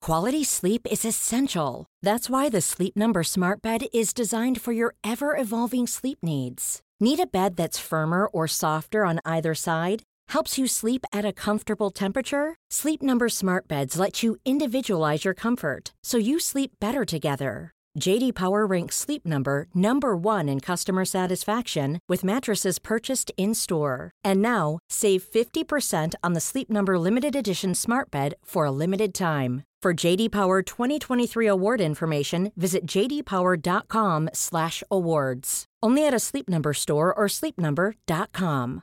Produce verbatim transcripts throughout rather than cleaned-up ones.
Quality sleep is essential. That's why the Sleep Number Smart Bed is designed for your ever-evolving sleep needs. Need a bed that's firmer or softer on either side? Helps you sleep at a comfortable temperature? Sleep Number Smart Beds let you individualize your comfort, so you sleep better together. J D Power ranks Sleep Number number one in customer satisfaction with mattresses purchased in-store. And now, save fifty percent on the Sleep Number Limited Edition Smart Bed for a limited time. For J D Power twenty twenty-three award information, visit j d power dot com slash awards. Only at a Sleep Number store or sleep number dot com.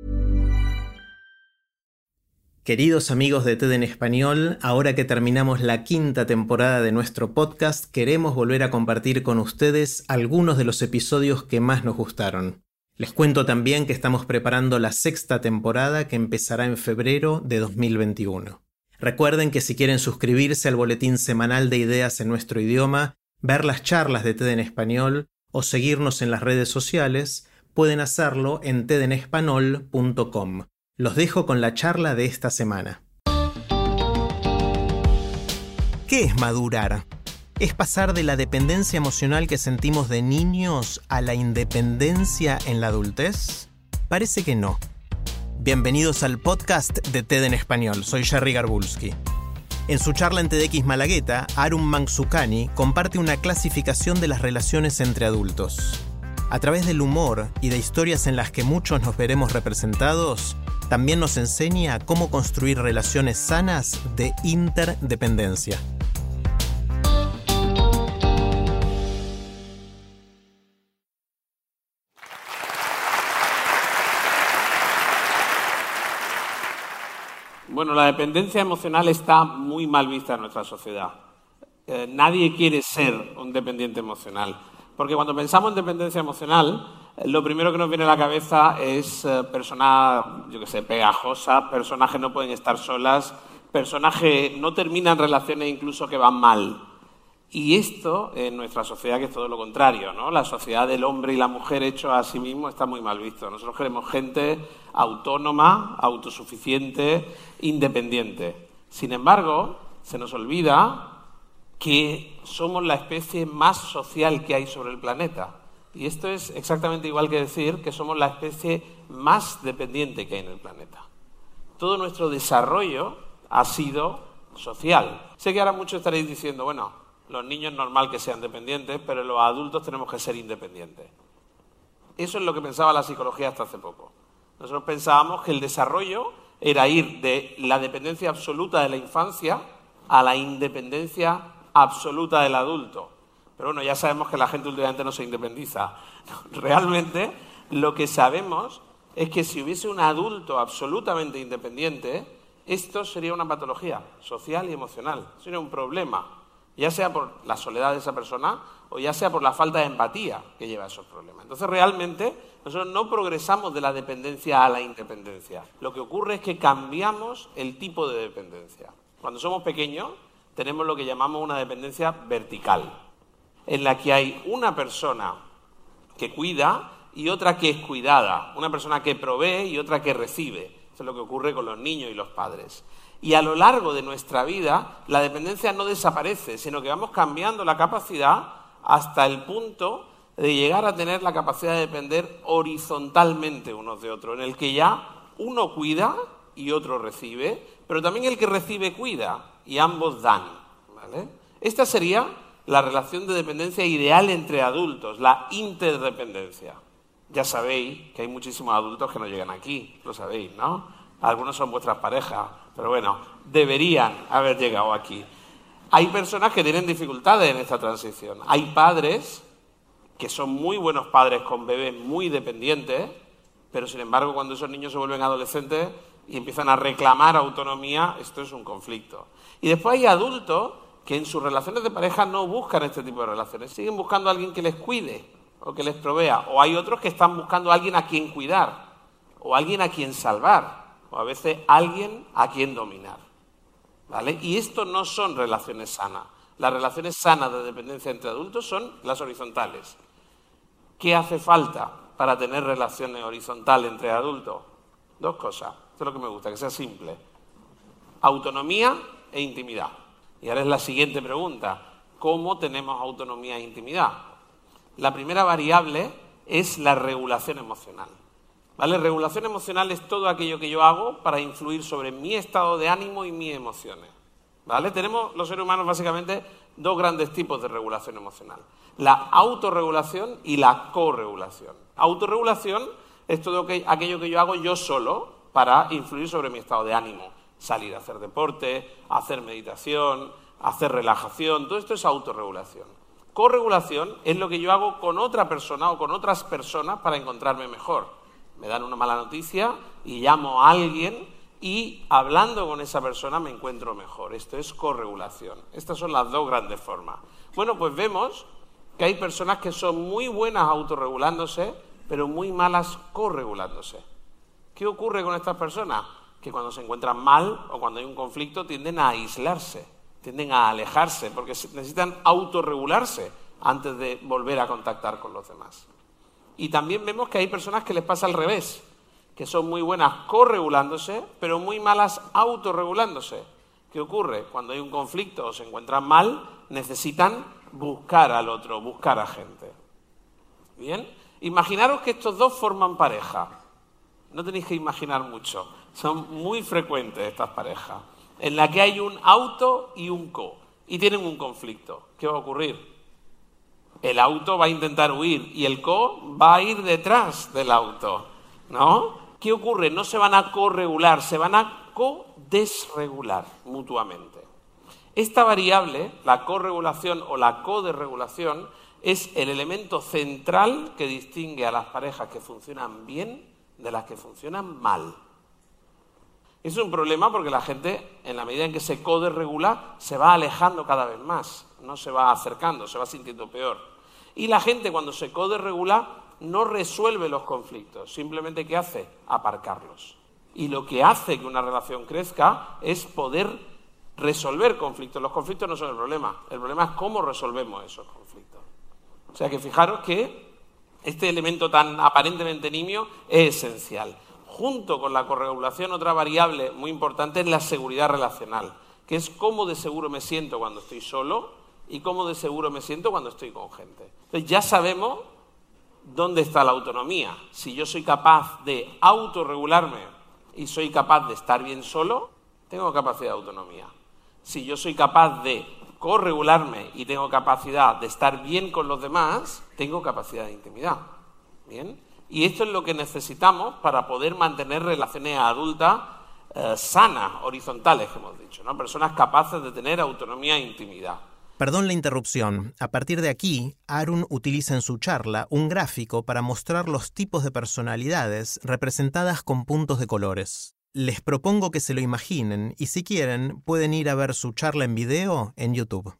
Queridos amigos de TED en Español, ahora que terminamos la quinta temporada de nuestro podcast, queremos volver a compartir con ustedes algunos de los episodios que más nos gustaron. Les cuento también que estamos preparando la sexta temporada que empezará en febrero de dos mil veintiuno. Recuerden que si quieren suscribirse al boletín semanal de ideas en nuestro idioma, ver las charlas de TED en Español o seguirnos en las redes sociales, pueden hacerlo en ted en español punto com. Los dejo con la charla de esta semana. ¿Qué es madurar? ¿Es pasar de la dependencia emocional que sentimos de niños a la independencia en la adultez? Parece que no. Bienvenidos al podcast de TED en Español. Soy Jerry Garbulski. En su charla en TEDx Malagueta, Arun Mansukhani comparte una clasificación de las relaciones entre adultos. A través del humor y de historias en las que muchos nos veremos representados, también nos enseña cómo construir relaciones sanas de interdependencia. Bueno, la dependencia emocional está muy mal vista en nuestra sociedad. Eh, nadie quiere ser un dependiente emocional. Porque cuando pensamos en dependencia emocional, lo primero que nos viene a la cabeza es eh, personas, yo qué sé, pegajosas, personas que no pueden estar solas, personas que no terminan relaciones incluso que van mal. Y esto en nuestra sociedad que es todo lo contrario, ¿no? La sociedad del hombre y la mujer hecho a sí mismo está muy mal visto. Nosotros queremos gente autónoma, autosuficiente, independiente. Sin embargo, se nos olvida que somos la especie más social que hay sobre el planeta. Y esto es exactamente igual que decir que somos la especie más dependiente que hay en el planeta. Todo nuestro desarrollo ha sido social. Sé que ahora muchos estaréis diciendo, bueno, los niños es normal que sean dependientes, pero los adultos tenemos que ser independientes. Eso es lo que pensaba la psicología hasta hace poco. Nosotros pensábamos que el desarrollo era ir de la dependencia absoluta de la infancia a la independencia absoluta del adulto. Pero bueno, ya sabemos que la gente últimamente no se independiza. Realmente lo que sabemos es que si hubiese un adulto absolutamente independiente, esto sería una patología social y emocional. Sería un problema, ya sea por la soledad de esa persona o ya sea por la falta de empatía que lleva a esos problemas. Entonces realmente nosotros no progresamos de la dependencia a la independencia. Lo que ocurre es que cambiamos el tipo de dependencia. Cuando somos pequeños tenemos lo que llamamos una dependencia vertical, en la que hay una persona que cuida y otra que es cuidada, una persona que provee y otra que recibe. Eso es lo que ocurre con los niños y los padres. Y a lo largo de nuestra vida, la dependencia no desaparece, sino que vamos cambiando la capacidad hasta el punto de llegar a tener la capacidad de depender horizontalmente unos de otros, en el que ya uno cuida y otro recibe, pero también el que recibe cuida y ambos dan, ¿vale? Esta sería la relación de dependencia ideal entre adultos, la interdependencia. Ya sabéis que hay muchísimos adultos que no llegan aquí, lo sabéis, ¿no? Algunos son vuestras parejas, pero bueno, deberían haber llegado aquí. Hay personas que tienen dificultades en esta transición. Hay padres que son muy buenos padres con bebés muy dependientes, pero sin embargo cuando esos niños se vuelven adolescentes y empiezan a reclamar autonomía, esto es un conflicto. Y después hay adultos que en sus relaciones de pareja no buscan este tipo de relaciones, siguen buscando a alguien que les cuide o que les provea, o hay otros que están buscando a alguien a quien cuidar, o alguien a quien salvar, o a veces alguien a quien dominar, ¿vale? Y esto no son relaciones sanas. Las relaciones sanas de dependencia entre adultos son las horizontales. ¿Qué hace falta para tener relaciones horizontales entre adultos? Dos cosas. Esto es lo que me gusta, que sea simple. Autonomía e intimidad. Y ahora es la siguiente pregunta. ¿Cómo tenemos autonomía e intimidad? La primera variable es la regulación emocional. ¿Vale? Regulación emocional es todo aquello que yo hago para influir sobre mi estado de ánimo y mis emociones. ¿Vale? Tenemos los seres humanos básicamente dos grandes tipos de regulación emocional. La autorregulación y la corregulación. Autorregulación es todo aquello que yo hago yo solo para influir sobre mi estado de ánimo. Salir a hacer deporte, hacer meditación, hacer relajación, todo esto es autorregulación. Corregulación es lo que yo hago con otra persona o con otras personas para encontrarme mejor. Me dan una mala noticia y llamo a alguien y hablando con esa persona me encuentro mejor. Esto es corregulación. Estas son las dos grandes formas. Bueno, pues vemos que hay personas que son muy buenas autorregulándose, pero muy malas corregulándose. ¿Qué ocurre con estas personas? Que cuando se encuentran mal o cuando hay un conflicto tienden a aislarse, tienden a alejarse, porque necesitan autorregularse antes de volver a contactar con los demás. Y también vemos que hay personas que les pasa al revés, que son muy buenas corregulándose, pero muy malas autorregulándose. ¿Qué ocurre? Cuando hay un conflicto o se encuentran mal, necesitan buscar al otro, buscar a gente. ¿Bien? Imaginaros que estos dos forman pareja. No tenéis que imaginar mucho. Son muy frecuentes estas parejas, en la que hay un auto y un co, y tienen un conflicto. ¿Qué va a ocurrir? El auto va a intentar huir y el co va a ir detrás del auto, ¿no? ¿Qué ocurre? No se van a corregular, se van a co-desregular mutuamente. Esta variable, la corregulación o la co-desregulación, es el elemento central que distingue a las parejas que funcionan bien de las que funcionan mal. Es un problema porque la gente, en la medida en que se co-desregula, se va alejando cada vez más, no se va acercando, se va sintiendo peor. Y la gente, cuando se co-desregula, no resuelve los conflictos, simplemente ¿qué hace? Aparcarlos. Y lo que hace que una relación crezca es poder resolver conflictos. Los conflictos no son el problema, el problema es cómo resolvemos esos conflictos. O sea que fijaros que este elemento tan aparentemente nimio es esencial. Junto con la corregulación, otra variable muy importante es la seguridad relacional, que es cómo de seguro me siento cuando estoy solo y cómo de seguro me siento cuando estoy con gente. Entonces ya sabemos dónde está la autonomía. Si yo soy capaz de autorregularme y soy capaz de estar bien solo, tengo capacidad de autonomía. Si yo soy capaz de corregularme y tengo capacidad de estar bien con los demás, tengo capacidad de intimidad. ¿Bien? Y esto es lo que necesitamos para poder mantener relaciones adultas eh, sanas, horizontales, que hemos dicho, ¿no? Personas capaces de tener autonomía e intimidad. Perdón la interrupción. A partir de aquí, Arun utiliza en su charla un gráfico para mostrar los tipos de personalidades representadas con puntos de colores. Les propongo que se lo imaginen y si quieren pueden ir a ver su charla en video en YouTube.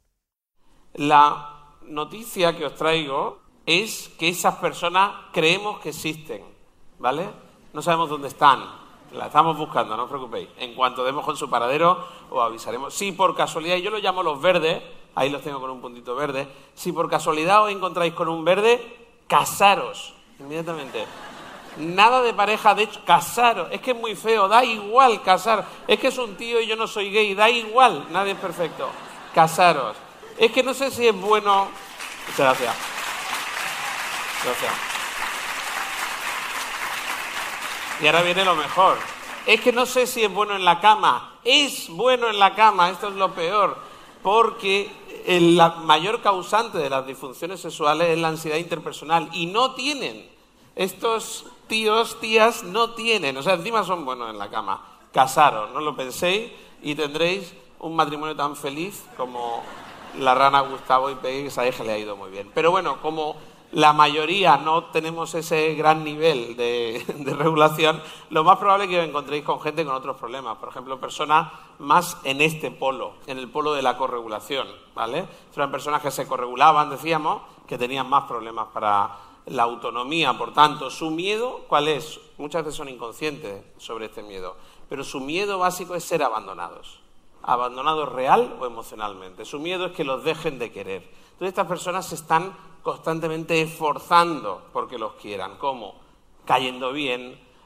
La noticia que os traigo es que esas personas creemos que existen, ¿vale? No sabemos dónde están, la estamos buscando, no os preocupéis. En cuanto demos con su paradero, os avisaremos. Si por casualidad, yo los llamo los verdes, ahí los tengo con un puntito verde, si por casualidad os encontráis con un verde, casaros, inmediatamente. Nada de pareja, de hecho, casaros. Es que es muy feo, da igual casar. Es que es un tío y yo no soy gay, da igual, nadie es perfecto. Casaros. Es que no sé si es bueno... Muchas gracias. Gracias. Y ahora viene lo mejor. Es que no sé si es bueno en la cama. Es bueno en la cama, esto es lo peor. Porque el la mayor causante de las disfunciones sexuales es la ansiedad interpersonal. Y no tienen. Estos tíos, tías, no tienen. O sea, encima son buenos en la cama. Casaros, no lo penséis y tendréis un matrimonio tan feliz como la rana Gustavo y Peggy, que sabéis que le ha ido muy bien. Pero bueno, como la mayoría no tenemos ese gran nivel de, de regulación, lo más probable es que os encontréis con gente con otros problemas. Por ejemplo, personas más en este polo, en el polo de la corregulación, ¿vale? Eran personas que se corregulaban, decíamos, que tenían más problemas para la autonomía. Por tanto, su miedo, ¿cuál es? Muchas veces son inconscientes sobre este miedo, pero su miedo básico es ser abandonados. Abandonados real o emocionalmente. Su miedo es que los dejen de querer. Entonces estas personas se están constantemente esforzando porque los quieran. ¿Cómo? Cayendo bien,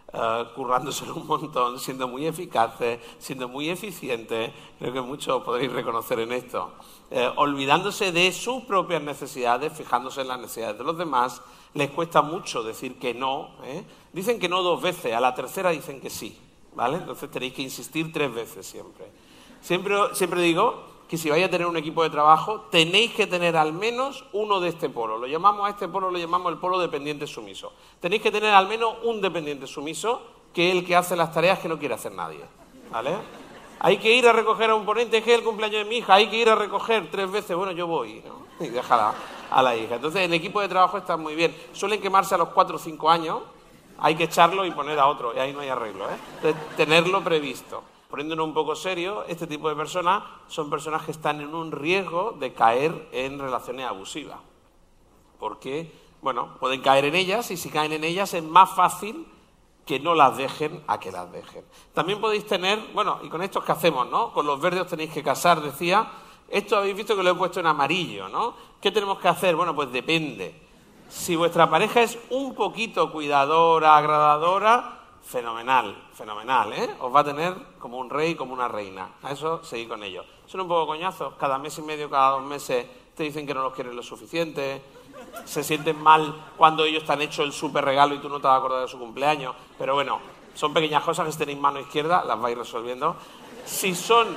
uh, currándoselo un montón, siendo muy eficaces, siendo muy eficientes, creo que muchos podréis reconocer en esto, eh, olvidándose de sus propias necesidades, fijándose en las necesidades de los demás. Les cuesta mucho decir que no, ¿eh? Dicen que no dos veces, a la tercera dicen que sí, ¿vale? Entonces tenéis que insistir tres veces siempre. Siempre, siempre digo que si vais a tener un equipo de trabajo, tenéis que tener al menos uno de este polo. Lo llamamos a este polo, lo llamamos el polo dependiente sumiso. Tenéis que tener al menos un dependiente sumiso, que es el que hace las tareas que no quiere hacer nadie, ¿vale? Hay que ir a recoger a un ponente, es que es el cumpleaños de mi hija, hay que ir a recoger tres veces, bueno, yo voy, ¿no? Y déjala a la hija. Entonces, el equipo de trabajo está muy bien. Suelen quemarse a los cuatro o cinco años, hay que echarlo y poner a otro, y ahí no hay arreglo, ¿eh? Entonces, tenerlo previsto. Poniéndonos un poco serio, este tipo de personas son personas que están en un riesgo de caer en relaciones abusivas. Porque, bueno, pueden caer en ellas y si caen en ellas es más fácil que no las dejen a que las dejen. También podéis tener, bueno, y con estos que hacemos, ¿no? Con los verdes os tenéis que casar, decía. Esto habéis visto que lo he puesto en amarillo, ¿no? ¿Qué tenemos que hacer? Bueno, pues depende. Si vuestra pareja es un poquito cuidadora, agradadora, fenomenal, fenomenal, ¿eh? Os va a tener como un rey, como una reina. A eso seguid con ello. Son un poco coñazos. Cada mes y medio, cada dos meses te dicen que no los quieren lo suficiente. Se sienten mal cuando ellos te han hecho el súper regalo y tú no te vas a acordar de su cumpleaños. Pero bueno, son pequeñas cosas que si tenéis mano izquierda, las vais resolviendo. Si son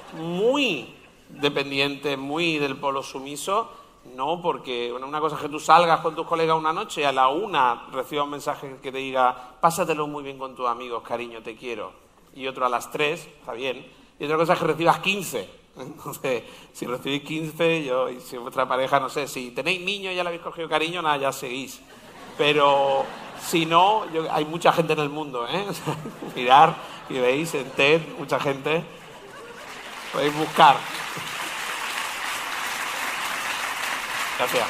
muy dependientes, muy del polo sumiso, no, porque bueno, una cosa es que tú salgas con tus colegas una noche y a la una recibas un mensaje que te diga pásatelo muy bien con tus amigos, cariño, te quiero. Y otro a las tres, está bien. Y otra cosa es que recibas quince. Entonces, si recibís quince, yo, y si vuestra pareja, no sé, si tenéis niños y ya le habéis cogido cariño, nada, ya seguís. Pero si no, yo, hay mucha gente en el mundo, ¿eh? Mirar y veis en TED, mucha gente. Podéis buscar. Gracias.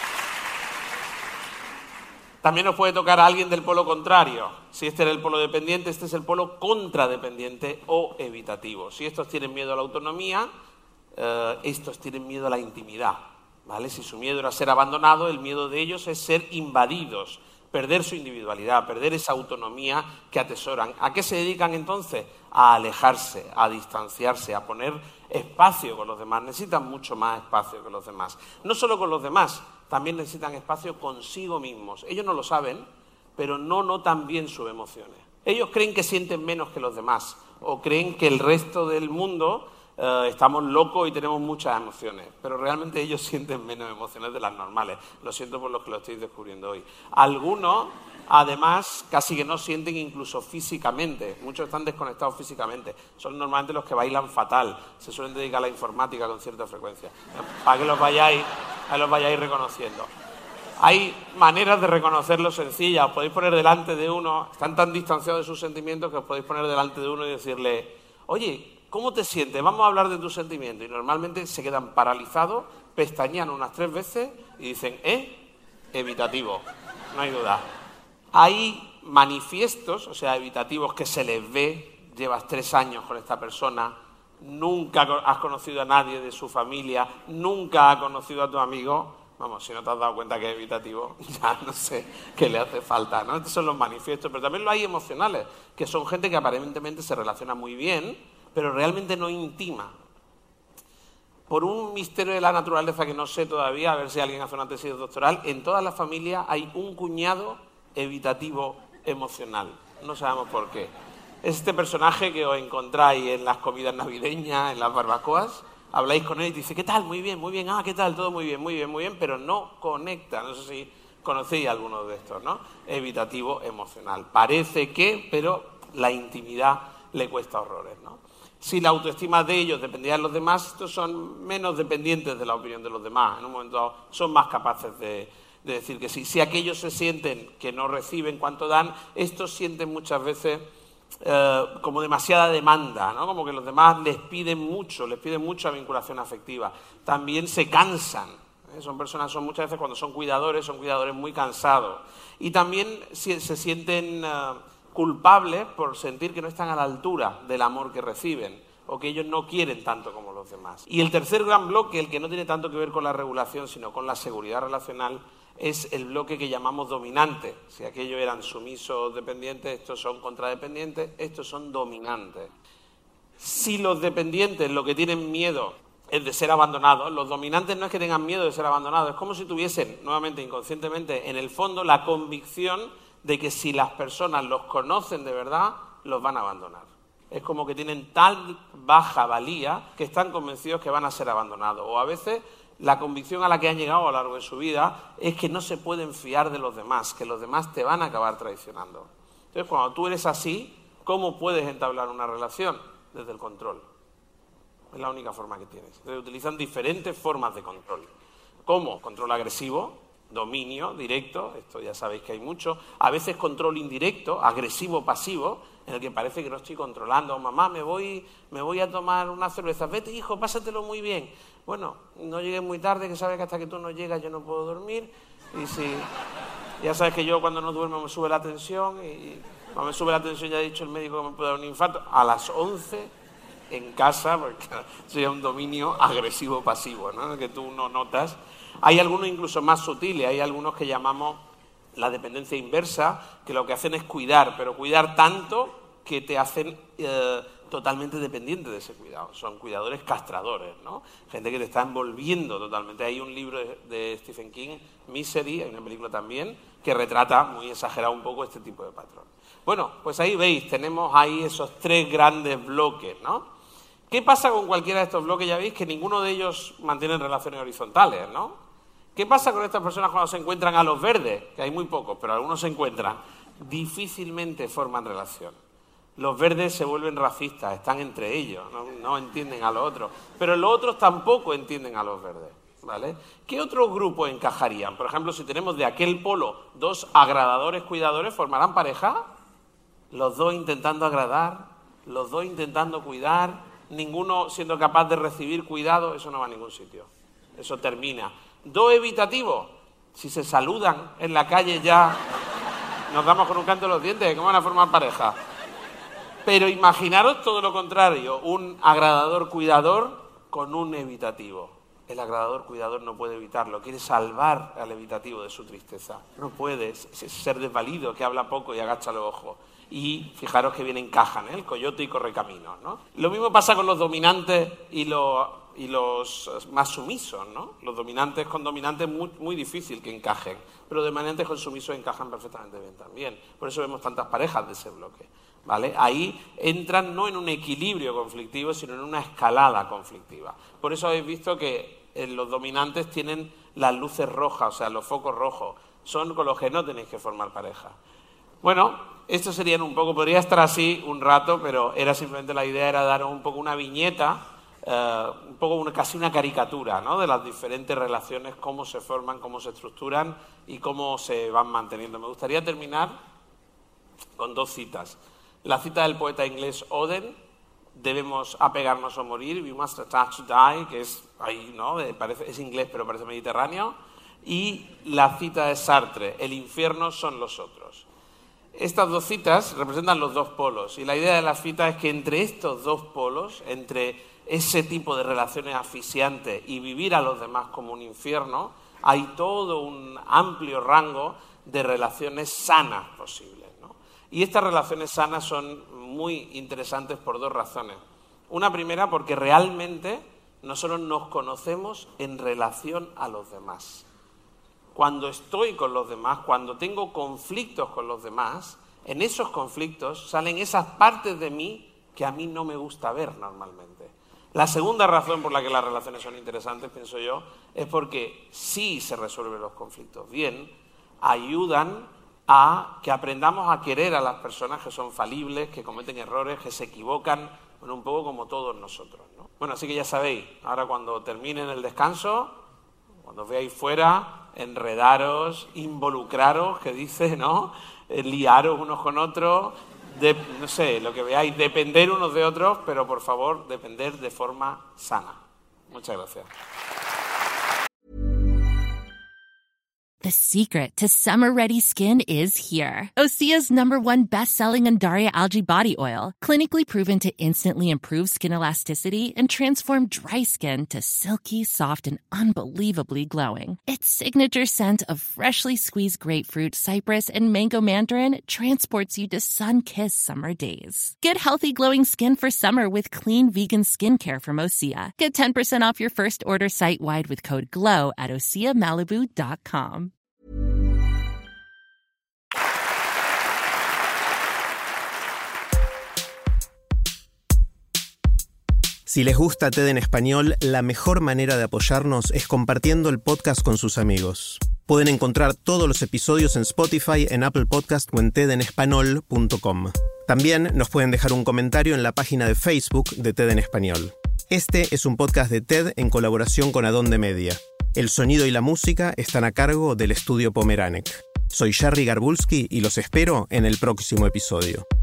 También os puede tocar a alguien del polo contrario. Si este era el polo dependiente, este es el polo contradependiente o evitativo. Si estos tienen miedo a la autonomía, eh, estos tienen miedo a la intimidad, ¿vale? Si su miedo era ser abandonado, el miedo de ellos es ser invadidos, perder su individualidad, perder esa autonomía que atesoran. ¿A qué se dedican entonces? A alejarse, a distanciarse, a poner espacio con los demás. Necesitan mucho más espacio que los demás. No solo con los demás, también necesitan espacio consigo mismos. Ellos no lo saben, pero no notan bien sus emociones. Ellos creen que sienten menos que los demás o creen que el resto del mundo eh, estamos locos y tenemos muchas emociones, pero realmente ellos sienten menos emociones de las normales. Lo siento por los que lo estoy descubriendo hoy. Algunos, además, casi que no sienten incluso físicamente. Muchos están desconectados físicamente. Son normalmente los que bailan fatal. Se suelen dedicar a la informática con cierta frecuencia. Para que los vayáis, para que los vayáis reconociendo. Hay maneras de reconocerlo sencillas. Os podéis poner delante de uno, están tan distanciados de sus sentimientos que os podéis poner delante de uno y decirle, oye, ¿cómo te sientes? Vamos a hablar de tus sentimientos. Y normalmente se quedan paralizados, pestañean unas tres veces y dicen, ¿eh? Evitativo. No hay duda. Hay manifiestos, o sea, evitativos que se les ve, llevas tres años con esta persona, nunca has conocido a nadie de su familia, nunca has conocido a tu amigo. Vamos, si no te has dado cuenta que es evitativo, ya no sé qué le hace falta, ¿no? Estos son los manifiestos, pero también lo hay emocionales, que son gente que aparentemente se relaciona muy bien, pero realmente no intima. Por un misterio de la naturaleza que no sé todavía, a ver si alguien hace una tesis doctoral, en todas las familias hay un cuñado evitativo emocional. No sabemos por qué. Es este personaje que os encontráis en las comidas navideñas, en las barbacoas. Habláis con él y dice, ¿qué tal? Muy bien, muy bien. Ah, ¿qué tal? Todo muy bien, muy bien, muy bien. Pero no conecta. No sé si conocéis algunos de estos, ¿no? Evitativo emocional. Parece que, pero la intimidad le cuesta horrores, ¿no? Si la autoestima de ellos dependía de los demás, estos son menos dependientes de la opinión de los demás. En un momento dado son más capaces de, de decir que sí. Si aquellos se sienten que no reciben cuanto dan, estos sienten muchas veces eh, como demasiada demanda, ¿no? Como que los demás les piden mucho, les piden mucha vinculación afectiva. También se cansan, ¿eh? Son personas, son muchas veces cuando son cuidadores, son cuidadores muy cansados. Y también se, se sienten eh, culpables por sentir que no están a la altura del amor que reciben o que ellos no quieren tanto como los demás. Y el tercer gran bloque, el que no tiene tanto que ver con la regulación, sino con la seguridad relacional, es el bloque que llamamos dominante. Si aquellos eran sumisos dependientes, estos son contradependientes, estos son dominantes. Si los dependientes lo que tienen miedo es de ser abandonados, los dominantes no es que tengan miedo de ser abandonados, es como si tuviesen, nuevamente inconscientemente, en el fondo la convicción de que si las personas los conocen de verdad, los van a abandonar. Es como que tienen tal baja valía que están convencidos que van a ser abandonados. O a veces la convicción a la que han llegado a lo largo de su vida es que no se pueden fiar de los demás, que los demás te van a acabar traicionando. Entonces, cuando tú eres así, ¿cómo puedes entablar una relación? Desde el control. Es la única forma que tienes. Entonces, utilizan diferentes formas de control. ¿Cómo? Control agresivo, dominio directo, esto ya sabéis que hay mucho. A veces control indirecto, agresivo-pasivo, en el que parece que no estoy controlando. Mamá, me voy, me voy a tomar una cerveza. Vete, hijo, pásatelo muy bien. Bueno, no llegues muy tarde, que sabes que hasta que tú no llegas yo no puedo dormir. Y si ya sabes que yo cuando no duermo me sube la tensión y cuando me sube la tensión ya ha dicho el médico que me puede dar un infarto. A las once en casa, porque sería un dominio agresivo-pasivo, ¿no? Que tú no notas. Hay algunos incluso más sutiles, hay algunos que llamamos la dependencia inversa, que lo que hacen es cuidar, pero cuidar tanto que te hacen eh, totalmente dependiente de ese cuidado. Son cuidadores castradores, ¿no? Gente que te está envolviendo totalmente. Hay un libro de, de Stephen King, Misery, hay una película también, que retrata muy exagerado un poco este tipo de patrón. Bueno, pues ahí veis, tenemos ahí esos tres grandes bloques, ¿no? ¿Qué pasa con cualquiera de estos bloques? Ya veis que ninguno de ellos mantiene relaciones horizontales, ¿no? ¿Qué pasa con estas personas cuando se encuentran a los verdes? Que hay muy pocos, pero algunos se encuentran. Difícilmente forman relación. Los verdes se vuelven racistas, están entre ellos, no, no entienden a los otros. Pero los otros tampoco entienden a los verdes, ¿vale? ¿Qué otros grupos encajarían? Por ejemplo, si tenemos de aquel polo dos agradadores cuidadores, ¿formarán pareja? Los dos intentando agradar, los dos intentando cuidar, ninguno siendo capaz de recibir cuidado, eso no va a ningún sitio. Eso termina. Dos evitativos, si se saludan en la calle ya nos damos con un canto en los dientes, ¿cómo van a formar pareja? Pero imaginaros todo lo contrario, un agradador cuidador con un evitativo. El agradador cuidador no puede evitarlo, quiere salvar al evitativo de su tristeza. No puede, es ser desvalido, que habla poco y agacha los ojos. Y fijaros que bien encajan, ¿eh? El coyote y correcaminos, ¿no? Lo mismo pasa con los dominantes y los, y los más sumisos, ¿no? Los dominantes con dominantes es muy, muy difícil que encajen, pero los dominantes con sumisos encajan perfectamente bien también. Por eso vemos tantas parejas de ese bloque, ¿vale? Ahí entran no en un equilibrio conflictivo, sino en una escalada conflictiva. Por eso habéis visto que los dominantes tienen las luces rojas, o sea, los focos rojos. Son con los que no tenéis que formar pareja. Bueno, esto serían un poco, podría estar así un rato, pero era simplemente la idea era dar un poco una viñeta, eh, un poco una, casi una caricatura, ¿no? De las diferentes relaciones, cómo se forman, cómo se estructuran y cómo se van manteniendo. Me gustaría terminar con dos citas. La cita del poeta inglés Auden, debemos apegarnos o morir, we must attach to die, que es ahí, ¿no? Parece, es inglés pero parece mediterráneo, y la cita de Sartre, el infierno son los otros. Estas dos citas representan los dos polos y la idea de la cita es que entre estos dos polos, entre ese tipo de relaciones asfixiantes y vivir a los demás como un infierno, hay todo un amplio rango de relaciones sanas posibles, ¿no? Y estas relaciones sanas son muy interesantes por dos razones. Una primera porque realmente nosotros nos conocemos en relación a los demás. Cuando estoy con los demás, cuando tengo conflictos con los demás, en esos conflictos salen esas partes de mí que a mí no me gusta ver normalmente. La segunda razón por la que las relaciones son interesantes, pienso yo, es porque si se resuelven los conflictos bien, ayudan a que aprendamos a querer a las personas que son falibles, que cometen errores, que se equivocan, bueno, un poco como todos nosotros, ¿no? Bueno, así que ya sabéis, ahora cuando terminen el descanso, cuando os veáis fuera, enredaros, involucraros, que dice, ¿no? Eh, liaros unos con otros, de, no sé, lo que veáis, depender unos de otros, pero por favor, depender de forma sana. Muchas gracias. The secret to summer-ready skin is here. Osea's number one best-selling Undaria Algae Body Oil, clinically proven to instantly improve skin elasticity and transform dry skin to silky, soft, and unbelievably glowing. Its signature scent of freshly squeezed grapefruit, cypress, and mango mandarin transports you to sun-kissed summer days. Get healthy, glowing skin for summer with clean vegan skincare from Osea. Get ten percent off your first order site-wide with code GLOW at osea malibu dot com. Si les gusta TED en Español, la mejor manera de apoyarnos es compartiendo el podcast con sus amigos. Pueden encontrar todos los episodios en Spotify, en Apple Podcast o en ted en español punto com. También nos pueden dejar un comentario en la página de Facebook de TED en Español. Este es un podcast de TED en colaboración con Adonde Media. El sonido y la música están a cargo del estudio Pomeranek. Soy Jerry Garbulski y los espero en el próximo episodio.